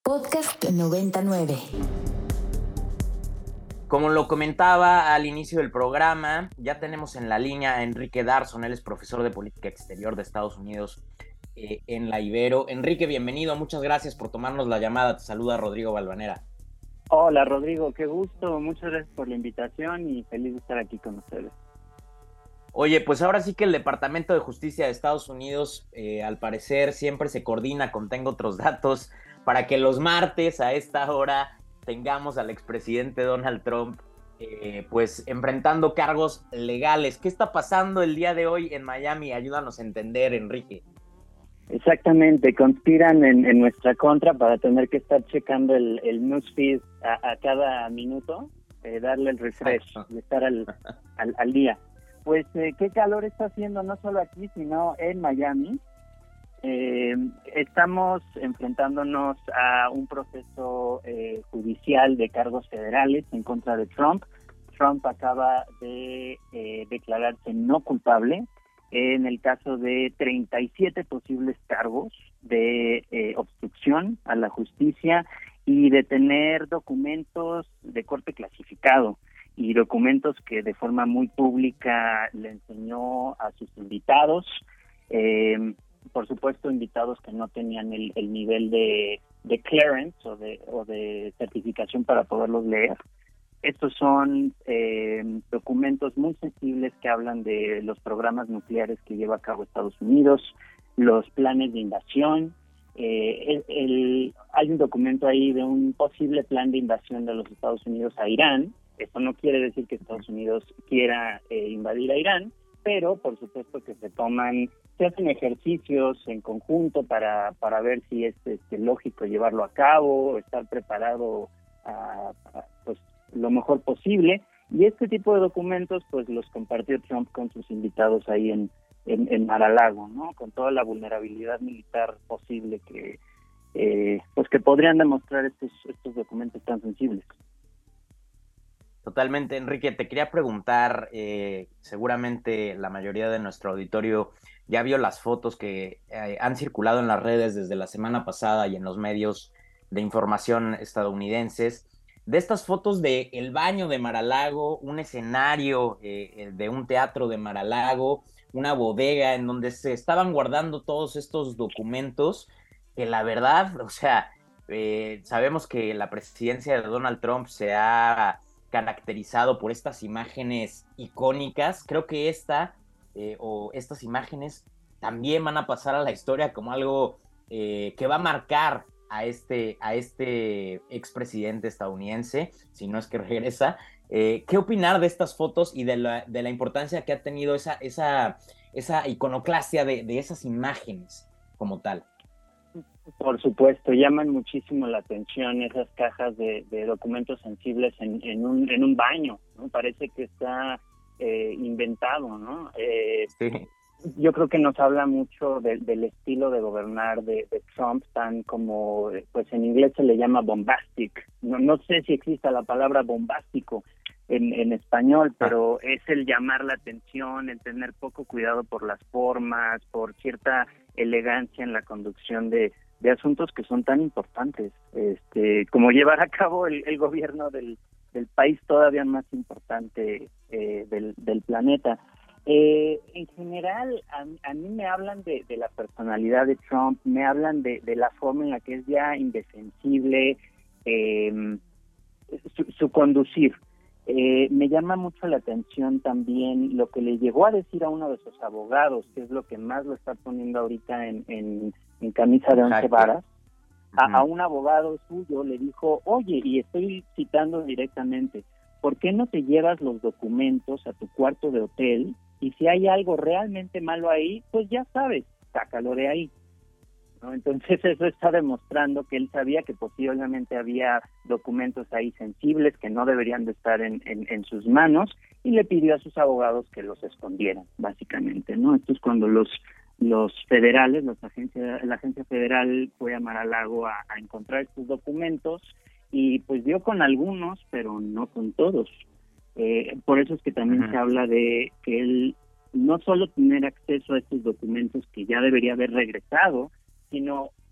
Podcast 99. Como lo comentaba al inicio del programa, ya tenemos en la línea a Enrique Darson. Él es profesor de Política Exterior de Estados Unidos en la Ibero. Enrique, bienvenido. Muchas gracias por tomarnos la llamada. Te saluda Rodrigo Valvanera. Hola Rodrigo, qué gusto. Muchas gracias por la invitación y feliz de estar aquí con ustedes. Oye, pues ahora sí que el Departamento de Justicia de Estados Unidos, al parecer, siempre se coordina con Tengo Otros Datos para que los martes a esta hora tengamos al expresidente Donald Trump pues enfrentando cargos legales. ¿Qué está pasando el día de hoy en Miami? Ayúdanos a entender, Enrique. Exactamente, conspiran en nuestra contra para tener que estar checando el newsfeed a cada minuto, darle el refresh y estar al día. Pues qué calor está haciendo no solo aquí, sino en Miami. Estamos enfrentándonos a un proceso judicial de cargos federales en contra de Trump. Trump acaba de declararse no culpable en el caso de 37 posibles cargos de obstrucción a la justicia y de tener documentos de corte clasificado y documentos que de forma muy pública le enseñó a sus invitados, por supuesto invitados que no tenían el nivel de clearance o de certificación para poderlos leer. Estos son documentos muy sensibles que hablan de los programas nucleares que lleva a cabo Estados Unidos, los planes de invasión. Hay un documento ahí de un posible plan de invasión de los Estados Unidos a Irán. Esto no quiere decir que Estados Unidos quiera invadir a Irán, pero por supuesto que se hacen ejercicios en conjunto para ver si es lógico llevarlo a cabo, estar preparado pues lo mejor posible. Y este tipo de documentos pues los compartió Trump con sus invitados ahí en Mar-a-Lago, ¿no? Con toda la vulnerabilidad militar posible que podrían demostrar estos documentos tan sensibles. Totalmente, Enrique. Te quería preguntar, seguramente la mayoría de nuestro auditorio ya vio las fotos que han circulado en las redes desde la semana pasada y en los medios de información estadounidenses, de estas fotos de el baño de Mar-a-Lago, un escenario de un teatro de Mar-a-Lago, una bodega en donde se estaban guardando todos estos documentos, que la verdad, o sea, sabemos que la presidencia de Donald Trump se ha caracterizado por estas imágenes icónicas. Creo que estas imágenes también van a pasar a la historia como algo que va a marcar a este expresidente estadounidense, si no es que regresa. ¿Qué opinar de estas fotos y de la importancia que ha tenido esa iconoclastia de esas imágenes como tal? Por supuesto, llaman muchísimo la atención esas cajas de documentos sensibles en un baño, ¿no? Parece que está inventado, ¿no? Sí. Yo creo que nos habla mucho del estilo de gobernar de Trump, tan como, pues en inglés se le llama bombastic. No sé si exista la palabra bombástico en español, pero es el llamar la atención, el tener poco cuidado por las formas, por cierta elegancia en la conducción de asuntos que son tan importantes, como llevar a cabo el gobierno del país todavía más importante del planeta. En general, a mí me hablan de la personalidad de Trump, me hablan de la forma en la que es ya indefensible su conducir. Me llama mucho la atención también lo que le llegó a decir a uno de sus abogados, que es lo que más lo está poniendo ahorita en camisa de 11 varas. A un abogado suyo le dijo, oye, y estoy citando directamente, ¿por qué no te llevas los documentos a tu cuarto de hotel? Y si hay algo realmente malo ahí, pues ya sabes, sácalo de ahí, ¿no? Entonces eso está demostrando que él sabía que posiblemente había documentos ahí sensibles que no deberían de estar en sus manos y le pidió a sus abogados que los escondieran, básicamente, ¿no? Esto es cuando los federales, la agencia federal fue a Mar-a-Lago a encontrar estos documentos y pues dio con algunos, pero no con todos. Por eso es que también se habla de que él no solo tener acceso a estos documentos que ya debería haber regresado, sino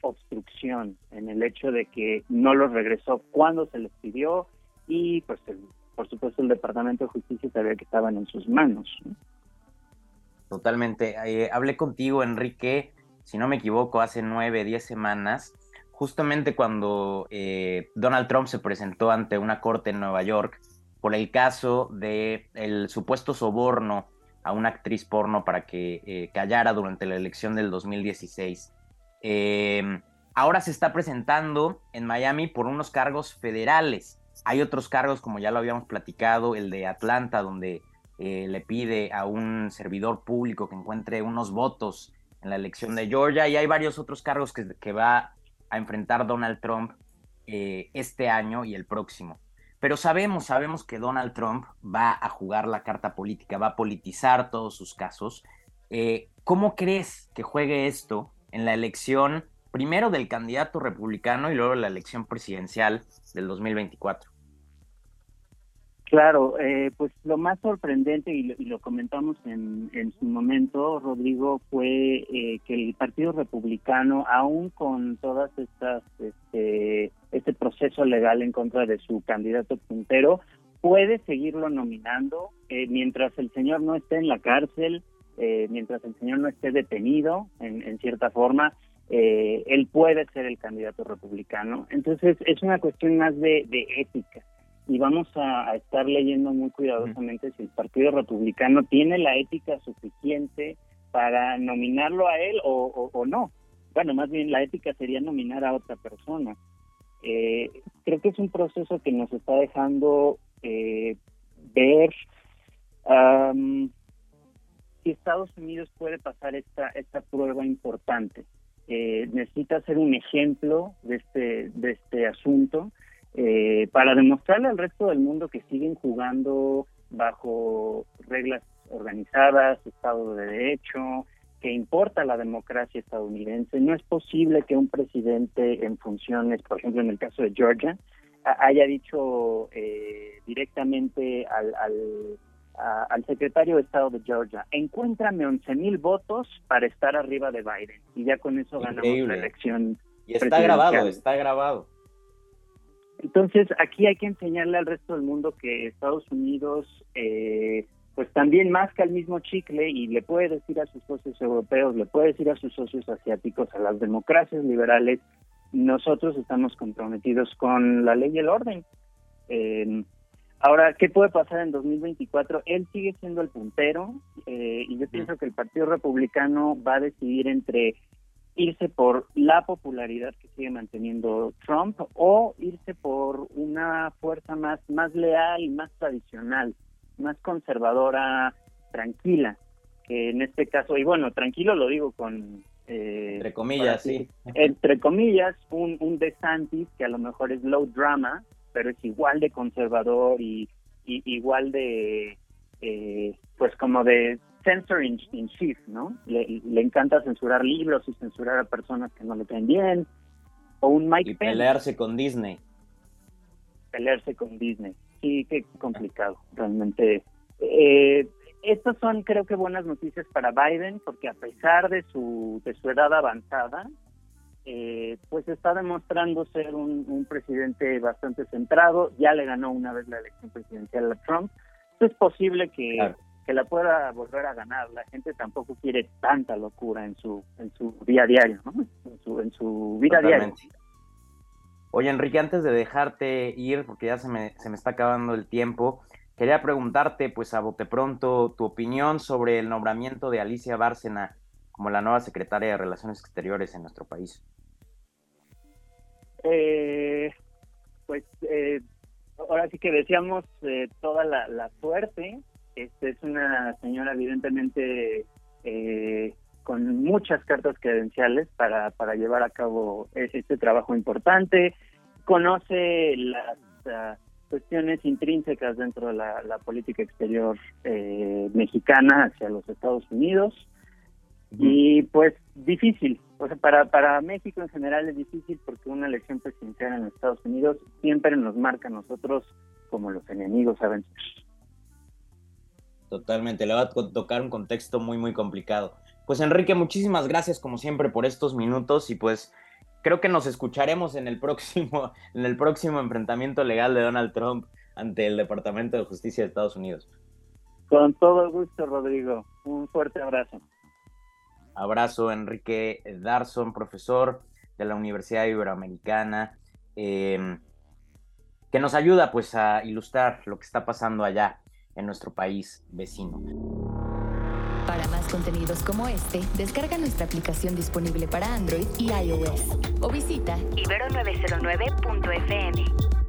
obstrucción, en el hecho de que no los regresó cuando se les pidió y pues por supuesto el Departamento de Justicia sabía que estaban en sus manos, ¿no? Totalmente. Hablé contigo, Enrique, si no me equivoco, hace 9, 10 semanas, justamente cuando Donald Trump se presentó ante una corte en Nueva York por el caso de el supuesto soborno a una actriz porno para que callara durante la elección del 2016. Ahora se está presentando en Miami por unos cargos federales. Hay otros cargos, como ya lo habíamos platicado, el de Atlanta, donde le pide a un servidor público que encuentre unos votos en la elección de Georgia, y hay varios otros cargos que va a enfrentar Donald Trump este año y el próximo. Pero sabemos que Donald Trump va a jugar la carta política, va a politizar todos sus casos. ¿Cómo crees que juegue esto en la elección, primero del candidato republicano y luego la elección presidencial del 2024? Claro, pues lo más sorprendente, y lo comentamos en su momento, Rodrigo, fue que el Partido Republicano, aún con todas estas, este proceso legal en contra de su candidato puntero, puede seguirlo nominando mientras el señor no esté en la cárcel, mientras el señor no esté detenido, en cierta forma, él puede ser el candidato republicano. Entonces, es una cuestión más de ética. Y vamos a estar leyendo muy cuidadosamente si el Partido Republicano tiene la ética suficiente para nominarlo a él o no. Bueno, más bien la ética sería nominar a otra persona. Creo que es un proceso que nos está dejando ver si Estados Unidos puede pasar esta prueba importante. Necesita ser un ejemplo de este asunto, para demostrarle al resto del mundo que siguen jugando bajo reglas organizadas, Estado de Derecho, que importa la democracia estadounidense. No es posible que un presidente en funciones, por ejemplo en el caso de Georgia, haya dicho directamente al secretario de Estado de Georgia: encuéntrame 11,000 votos para estar arriba de Biden, y ya con eso ganamos la elección. Y está grabado. Entonces, aquí hay que enseñarle al resto del mundo que Estados Unidos, pues también masca el mismo chicle y le puede decir a sus socios europeos, le puede decir a sus socios asiáticos, a las democracias liberales: nosotros estamos comprometidos con la ley y el orden. Ahora, ¿qué puede pasar en 2024? Él sigue siendo el puntero, y yo pienso que el Partido Republicano va a decidir entre irse por la popularidad que sigue manteniendo Trump o irse por una fuerza más leal, más tradicional, más conservadora, tranquila, que en este caso, y bueno, tranquilo lo digo con entre comillas, sí. Entre comillas, un DeSantis que a lo mejor es low drama, pero es igual de conservador y igual de pues como de censor in chief, ¿no? Le encanta censurar libros y censurar a personas que no le caen bien. O un Mike Pence. Pelearse con Disney. Sí, qué complicado, realmente. Estas son, creo que, buenas noticias para Biden, porque a pesar de su edad avanzada, pues está demostrando ser un presidente bastante centrado. Ya le ganó una vez la elección presidencial a Trump. Es posible que la pueda volver a ganar. La gente tampoco quiere tanta locura en su día diario, ¿no? En su vida diaria. Oye, Enrique, antes de dejarte ir, porque ya se me está acabando el tiempo, quería preguntarte, pues a bote pronto, tu opinión sobre el nombramiento de Alicia Bárcena como la nueva secretaria de Relaciones Exteriores en nuestro país. Ahora sí que deseamos toda la suerte. Es una señora evidentemente con muchas cartas credenciales para llevar a cabo este trabajo importante. Conoce las cuestiones intrínsecas dentro de la política exterior mexicana hacia los Estados Unidos. Y pues difícil, o sea, para México en general es difícil, porque una elección presidencial en los Estados Unidos siempre nos marca a nosotros como los enemigos a vencer. Totalmente, le va a tocar un contexto muy, muy complicado. Pues Enrique, muchísimas gracias como siempre por estos minutos, y pues creo que nos escucharemos en el próximo enfrentamiento legal de Donald Trump ante el Departamento de Justicia de Estados Unidos. Con todo gusto, Rodrigo. Un fuerte abrazo. Abrazo, Enrique Darson, profesor de la Universidad Iberoamericana, que nos ayuda pues a ilustrar lo que está pasando allá en nuestro país vecino. Para más contenidos como este, descarga nuestra aplicación disponible para Android y iOS o visita ibero909.fm.